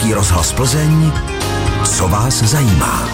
Český rozhlas Plzeň. Co vás zajímá?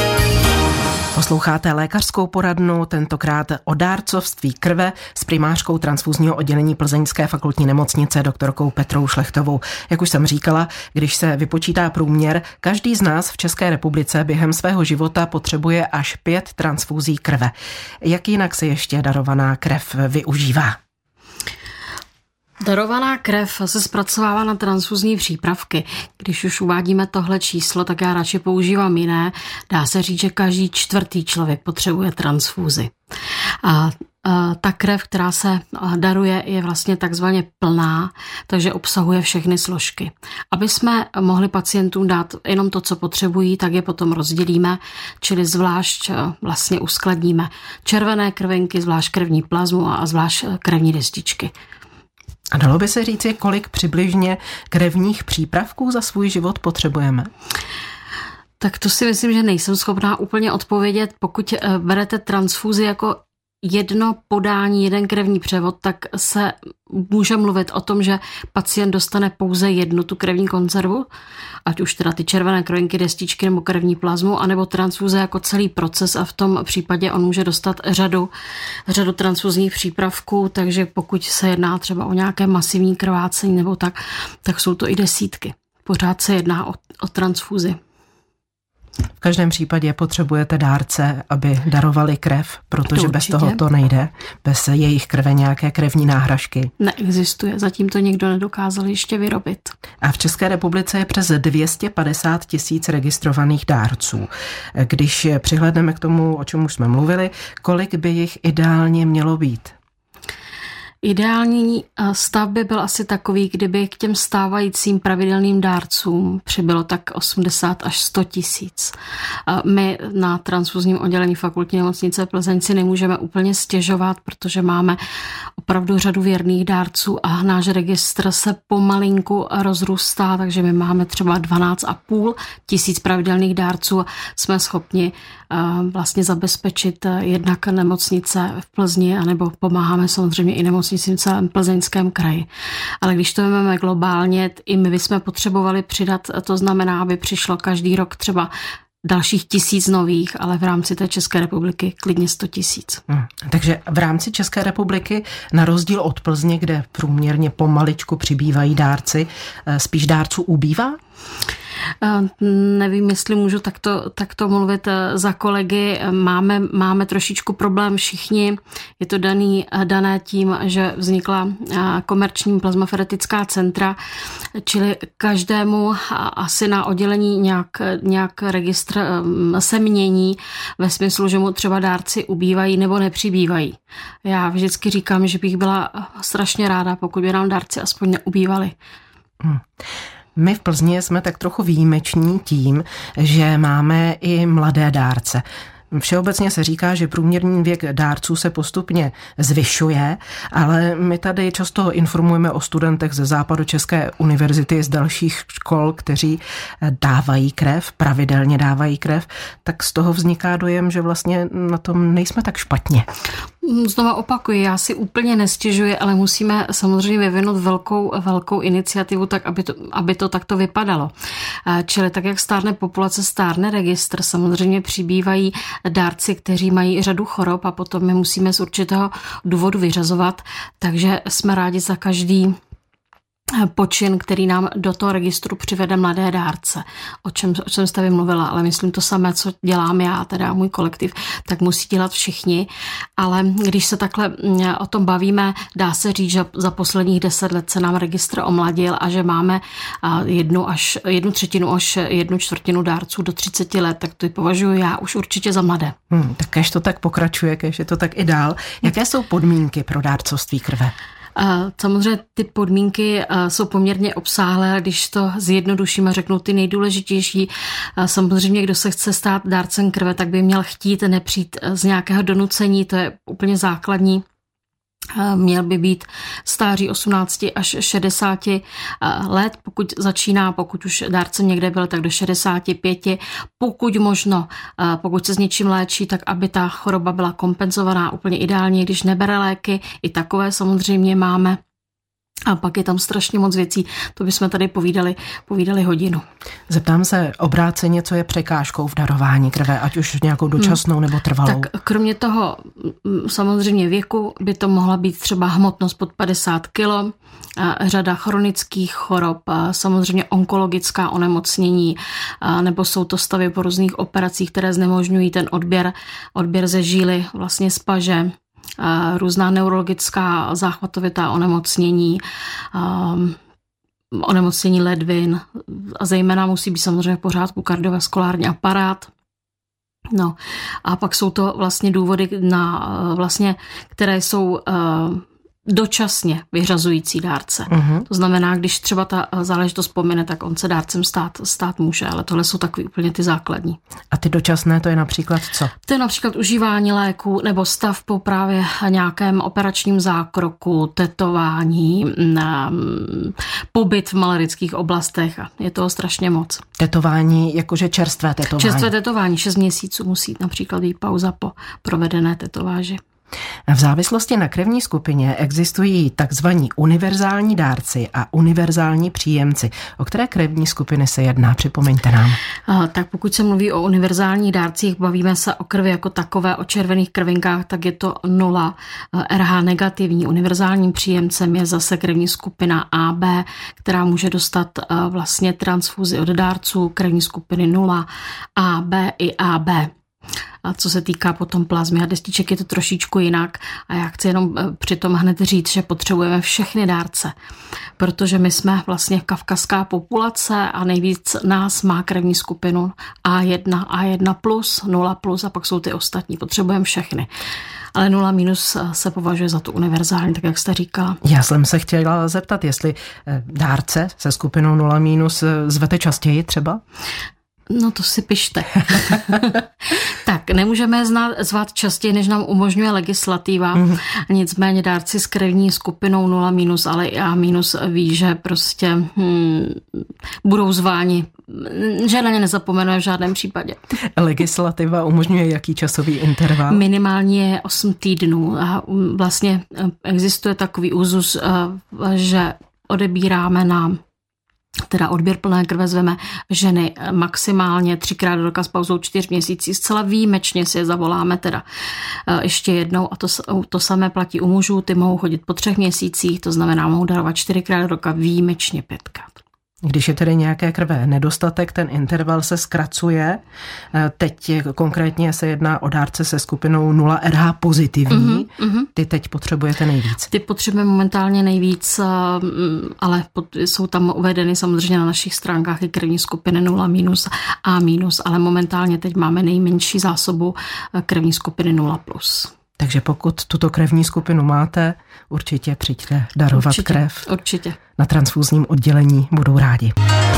Posloucháte lékařskou poradnu, tentokrát o dárcovství krve s primářkou transfuzního oddělení Plzeňské fakultní nemocnice doktorkou Petrou Šlechtovou. Jak už jsem říkala, když se vypočítá průměr, každý z nás v České republice během svého života potřebuje až 5 transfuzí krve. Jak jinak se ještě darovaná krev využívá? Darovaná krev se zpracovává na transfuzní přípravky. Když už uvádíme tohle číslo, tak já radši používám jiné. Dá se říct, že každý 4. člověk potřebuje transfúzi. A ta krev, která se daruje, je vlastně takzvaně plná, takže obsahuje všechny složky. Aby jsme mohli pacientům dát jenom to, co potřebují, tak je potom rozdělíme, čili zvlášť vlastně uskladníme červené krvinky, zvlášť krevní plazmu a zvlášť krevní destičky. A dalo by se říci, kolik přibližně krevních přípravků za svůj život potřebujeme? Tak to si myslím, že nejsem schopná úplně odpovědět. Pokud berete transfúzi jako jedno podání, jeden krevní převod, tak se může mluvit o tom, že pacient dostane pouze jednu tu krevní konzervu, ať už teda ty červené krvinky, destičky nebo krevní plazmu, anebo transfúze jako celý proces a v tom případě on může dostat řadu transfuzních přípravků, takže pokud se jedná třeba o nějaké masivní krvácení nebo tak jsou to i desítky. Pořád se jedná o transfúzi. V každém případě potřebujete dárce, aby darovali krev, protože bez toho to nejde. Bez jejich krve nějaké krevní náhražky. Neexistuje, zatím to nikdo nedokázal ještě vyrobit. A v České republice je přes 250 000 registrovaných dárců. Když přihlédneme k tomu, o čem už jsme mluvili, kolik by jich ideálně mělo být? Ideální stav by byl asi takový, kdyby k těm stávajícím pravidelným dárcům přibylo tak 80 až 100 000. My na transfuzním oddělení fakultní nemocnice Plzeň si nemůžeme úplně stěžovat, protože máme opravdu řadu věrných dárců a náš registr se pomalinku rozrůstá, takže my máme třeba 12,5 tisíc pravidelných dárců a jsme schopni vlastně zabezpečit jednak nemocnice v Plzni, anebo pomáháme samozřejmě i nemocnicím v celém Plzeňském kraji. Ale když to vezmeme globálně, i my bychom potřebovali přidat, to znamená, aby přišlo každý rok třeba dalších 1000 nových, ale v rámci té České republiky klidně 100 000. Takže v rámci České republiky, na rozdíl od Plzně, kde průměrně pomaličku přibývají dárci, spíš dárců ubývá? Nevím, jestli můžu takto mluvit za kolegy. Máme trošičku problém všichni. Je to dané tím, že vznikla komerční plazmaferetická centra, čili každému asi na oddělení nějak registr se mění ve smyslu, že mu třeba dárci ubývají nebo nepřibývají. Já vždycky říkám, že bych byla strašně ráda, pokud by nám dárci aspoň neubývali. My v Plzni jsme tak trochu výjimeční tím, že máme i mladé dárce. Všeobecně se říká, že průměrný věk dárců se postupně zvyšuje, ale my tady často informujeme o studentech ze Západočeské univerzity, z dalších škol, kteří dávají krev, pravidelně dávají krev, tak z toho vzniká dojem, že vlastně na tom nejsme tak špatně. Znova opakuji, já si úplně nestěžuji, ale musíme samozřejmě vyvinout velkou iniciativu, tak aby to takto vypadalo. Čili tak, jak stárne populace, stárne registr, samozřejmě přibývají dárci, kteří mají řadu chorob a potom my musíme z určitého důvodu vyřazovat, takže jsme rádi za každý počin, který nám do toho registru přivede mladé dárce. O čem jste vymluvila, ale myslím to samé, co dělám já, teda můj kolektiv, tak musí dělat všichni, ale když se takhle o tom bavíme, dá se říct, že za posledních 10 let se nám registr omladil a že máme 1/3 až 1/4 dárců do 30 let, tak to považuji já už určitě za mladé. Tak kež to tak pokračuje, kež je to tak i dál. Jaké jsou podmínky pro dárcovství krve? Samozřejmě ty podmínky jsou poměrně obsáhlé, když to zjednoduším a řeknu ty nejdůležitější. Samozřejmě, kdo se chce stát dárcem krve, tak by měl chtít nepřijít z nějakého donucení, to je úplně základní. Měl by být stáří 18 až 60 let, pokud už dárcem někde byl, tak do 65, pokud možno, pokud se s něčím léčí, tak aby ta choroba byla kompenzovaná úplně ideálně, když nebere léky, i takové samozřejmě máme. A pak je tam strašně moc věcí, to bychom tady povídali hodinu. Zeptám se obráceně, co je překážkou v darování krve, ať už nějakou dočasnou nebo trvalou. Tak kromě toho samozřejmě věku by to mohla být třeba hmotnost pod 50 kg, řada chronických chorob, samozřejmě onkologická onemocnění, nebo jsou to stavy po různých operacích, které znemožňují ten odběr ze žíly, vlastně z paže, různá neurologická záchvatovitá onemocnění, onemocnění ledvin a zejména musí být samozřejmě v pořádku kardiovaskulární aparát. No a pak jsou to vlastně důvody, které jsou dočasně vyřazující dárce. To znamená, když třeba ta záležitost pomine, tak on se dárcem stát může, ale tohle jsou takový úplně ty základní. A ty dočasné, to je například co? To je například užívání léků nebo stav po právě nějakém operačním zákroku, tetování, pobyt v malerických oblastech a je toho strašně moc. Tetování, jakože čerstvé tetování? Čerstvé tetování, 6 měsíců musí například být pauza po provedené tetováži. V závislosti na krevní skupině existují takzvaní univerzální dárci a univerzální příjemci. O které krevní skupiny se jedná? Připomeňte nám. Tak pokud se mluví o univerzálních dárcích, bavíme se o krvi jako takové, o červených krvinkách, tak je to 0 RH negativní. Univerzálním příjemcem je zase krevní skupina AB, která může dostat vlastně transfuzi od dárců krevní skupiny 0, AB i AB. A co se týká potom plazmy a destiček, je to trošičku jinak a já chci jenom přitom hned říct, že potřebujeme všechny dárce, protože my jsme vlastně kavkazská populace a nejvíc nás má krevní skupinu A1, A1+, 0+, a pak jsou ty ostatní. Potřebujeme všechny. Ale 0- se považuje za tu univerzální, tak jak jste říkala. Já jsem se chtěla zeptat, jestli dárce se skupinou 0- zvete častěji třeba? No to si pište. Tak, nemůžeme zvát častěji, než nám umožňuje legislativa. Nicméně dárci s krevní skupinou 0-, ale i A- ví, že prostě budou zváni. Že na ně nezapomenuje v žádném případě. Legislativa umožňuje jaký časový interval? Minimálně je 8 týdnů. A vlastně existuje takový úzus, že odebíráme teda odběr plné krve zveme ženy maximálně 3krát do roka s pauzou 4 měsící. Zcela výjimečně si je zavoláme teda ještě jednou a to samé platí u mužů. Ty mohou chodit po 3 měsících, to znamená mohou darovat 4krát do roka, výjimečně 5krát. Když je tedy nějaké krve nedostatek, ten interval se zkracuje. Teď konkrétně se jedná o dárce se skupinou 0 RH pozitivní. Ty teď potřebujete nejvíc. Ty potřebujeme momentálně nejvíc, ale jsou tam uvedeny samozřejmě na našich stránkách i krevní skupiny 0- A-, ale momentálně teď máme nejmenší zásobu krevní skupiny 0+. Takže pokud tuto krevní skupinu máte, určitě přijďte darovat krev. Určitě. Na transfuzním oddělení budou rádi.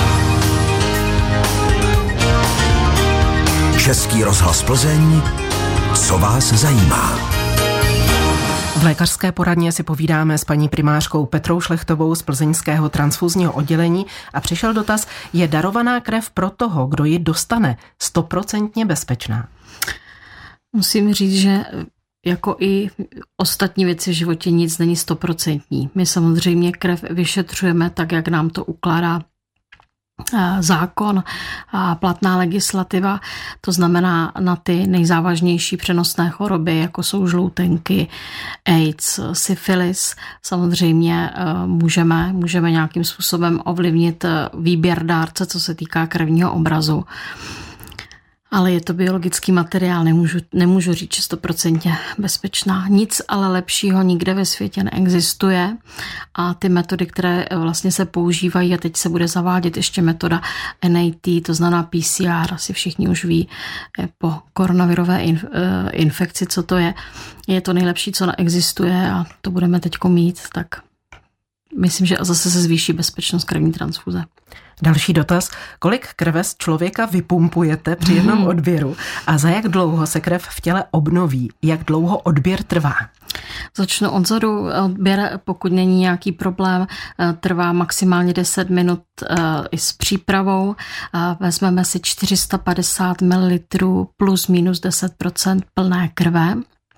Český rozhlas Plzeň. Co vás zajímá? V lékařské poradně si povídáme s paní primářkou Petrou Šlechtovou z plzeňského transfuzního oddělení a přišel dotaz, je darovaná krev pro toho, kdo ji dostane, 100% bezpečná? Musím říct, že jako i ostatní věci v životě nic není 100%. My samozřejmě krev vyšetřujeme tak, jak nám to ukládá zákon a platná legislativa, to znamená na ty nejzávažnější přenosné choroby, jako jsou žloutenky, AIDS, syfilis. Samozřejmě můžeme nějakým způsobem ovlivnit výběr dárce, co se týká krevního obrazu. Ale je to biologický materiál, nemůžu říct, že 100% bezpečná. Nic ale lepšího nikde ve světě neexistuje a ty metody, které vlastně se používají, a teď se bude zavádět ještě metoda NAT, to znamená PCR, asi všichni už ví po koronavirové infekci, co to je to nejlepší, co neexistuje a to budeme teďko mít, tak myslím, že zase se zvýší bezpečnost krevní transfuze. Další dotaz. Kolik krve z člověka vypumpujete při jednom odběru a za jak dlouho se krev v těle obnoví? Jak dlouho odběr trvá? Začnu odzadu. Odběr, pokud není nějaký problém, trvá maximálně 10 minut i s přípravou. Vezmeme si 450 ml plus minus 10% plné krve.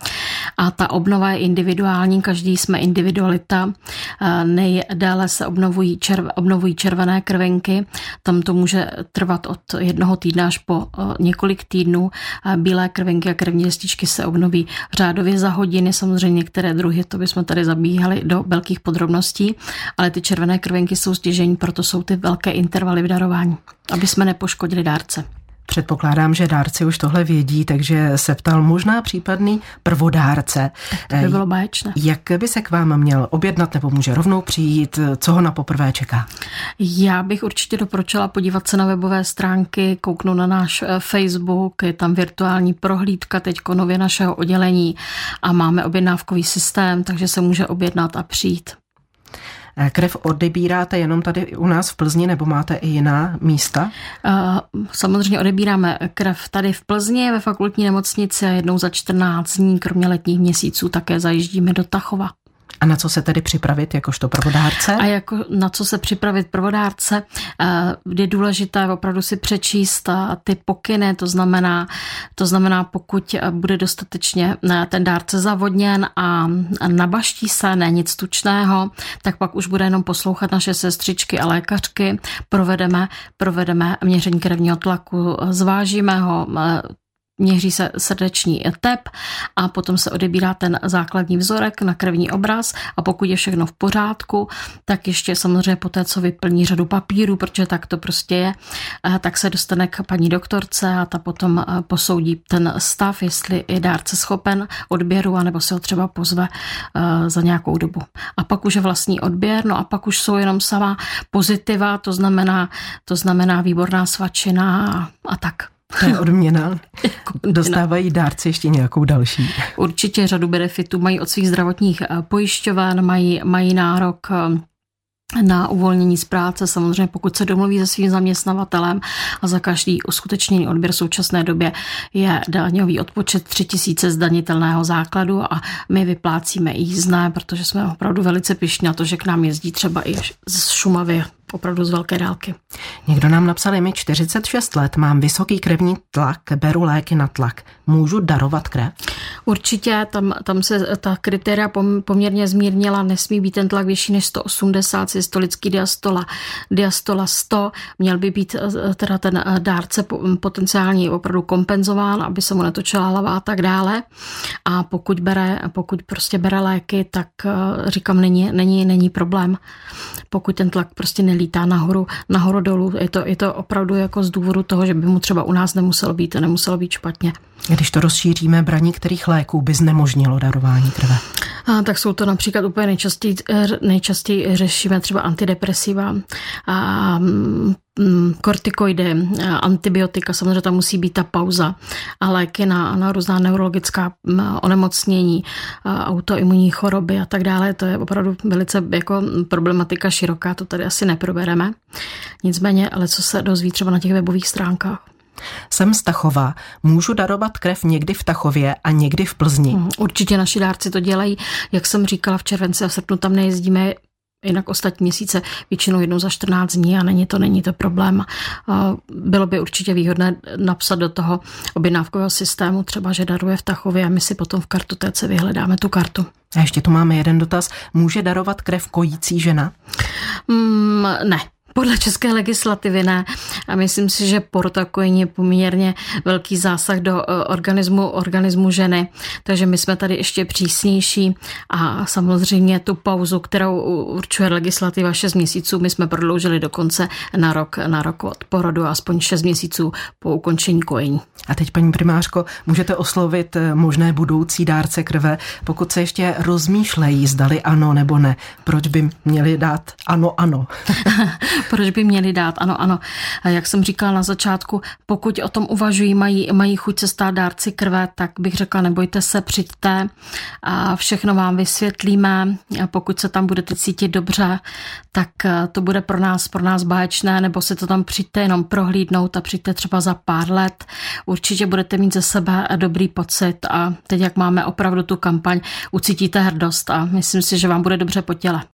a ta obnova je individuální, každý jsme individualita. Nejdéle se obnovují červené krvinky, tam to může trvat od 1 týdne až po několik týdnů. Bílé krvinky a krevní destičky se obnoví řádově za hodiny, samozřejmě některé druhy, to bychom tady zabíhali do velkých podrobností, ale ty červené krvinky jsou stěžejní, proto jsou ty velké intervaly v darování, aby jsme nepoškodili dárce. Předpokládám, že dárci už tohle vědí, takže se ptal možná případný prvodárce. To by bylo báječné. Jak by se k vám měl objednat nebo může rovnou přijít? Co ho na poprvé čeká? Já bych určitě doporučila podívat se na webové stránky, kouknout na náš Facebook, je tam virtuální prohlídka teďko nově našeho oddělení a máme objednávkový systém, takže se může objednat a přijít. Krev odebíráte jenom tady u nás v Plzni nebo máte i jiná místa? Samozřejmě odebíráme krev tady v Plzni ve fakultní nemocnici a jednou za 14 dní, kromě letních měsíců, také zajíždíme do Tachova. A na co se tedy připravit jakožto prvodárce? A na co se připravit prvodárce? Je důležité opravdu si přečíst ty pokyny, to znamená, pokud bude dostatečně ten dárce zavodněn a nabaští se, ne nic tučného, tak pak už bude jenom poslouchat naše sestřičky a lékařky, provedeme měření krevního tlaku, zvážíme ho, měří se srdeční tep a potom se odebírá ten základní vzorek na krevní obraz a pokud je všechno v pořádku, tak ještě samozřejmě poté, co vyplní řadu papírů, protože tak to prostě je, tak se dostane k paní doktorce a ta potom posoudí ten stav, jestli je dárce schopen odběru, anebo se ho třeba pozve za nějakou dobu. A pak už je vlastní odběr, no a pak už jsou jenom samá pozitiva, to znamená výborná svačina a tak. To je odměna. Dostávají dárci ještě nějakou další? Určitě řadu benefitů mají od svých zdravotních pojišťoven, mají nárok na uvolnění z práce, samozřejmě pokud se domluví se svým zaměstnavatelem a za každý uskutečněný odběr v současné době je daňový odpočet 3 000 zdanitelného základu a my vyplácíme jízdné, protože jsme opravdu velice pyšní na to, že k nám jezdí třeba i z Šumavy, opravdu z velké dálky. Někdo nám napsal, je mi 46 let, mám vysoký krevní tlak, beru léky na tlak. Můžu darovat krev? Určitě, tam se ta kritéria poměrně zmírnila, nesmí být ten tlak vyšší než 180, systolický diastola 100, měl by být teda ten dárce potenciálně opravdu kompenzován, aby se mu netočila hlava a tak dále. A pokud prostě bere léky, tak říkám, není problém. Pokud ten tlak prostě nelítá nahoru dolů, je to opravdu jako z důvodu toho, že by mu třeba u nás nemuselo být špatně. Když to rozšíříme, braní kterých léků by znemožnilo darování krve? Tak jsou to například úplně nejčastěji řešíme třeba antidepresiva, kortikoidy, antibiotika, samozřejmě tam musí být ta pauza a léky na různá neurologická onemocnění, autoimunní choroby a tak dále. To je opravdu velice jako problematika široká, to tady asi neprobereme. Nicméně, ale co se dozví třeba na těch webových stránkách. Jsem z Tachova. Můžu darovat krev někdy v Tachově a někdy v Plzni? Určitě naši dárci to dělají. Jak jsem říkala, v červenci a v srpnu tam nejezdíme, jinak ostatní měsíce většinou jednou za 14 dní a není to problém. Bylo by určitě výhodné napsat do toho objednávkového systému, třeba že daruje v Tachově a my si potom v kartotéce vyhledáme tu kartu. A ještě tu máme jeden dotaz. Může darovat krev kojící žena? Ne. Podle české legislativy ne. A myslím si, že porotokojení je poměrně velký zásah do organismu ženy. Takže my jsme tady ještě přísnější a samozřejmě tu pauzu, kterou určuje legislativa 6 měsíců, my jsme prodloužili dokonce na rok od porodu, aspoň 6 měsíců po ukončení kojení. A teď, paní primářko, můžete oslovit možné budoucí dárce krve, pokud se ještě rozmýšlejí, zdali ano nebo ne. Proč by měli dát ano? Proč by měli dát ano? A jak jsem říkala na začátku, pokud o tom uvažují, mají chuť se stát dárci krve, tak bych řekla, nebojte se, přijďte a všechno vám vysvětlíme. A pokud se tam budete cítit dobře, tak to bude pro nás báječné, nebo si to tam přijďte jenom prohlídnout a přijďte třeba za pár let. Určitě budete mít ze sebe dobrý pocit a teď, jak máme opravdu tu kampaň, ucítíte hrdost a myslím si, že vám bude dobře po těle.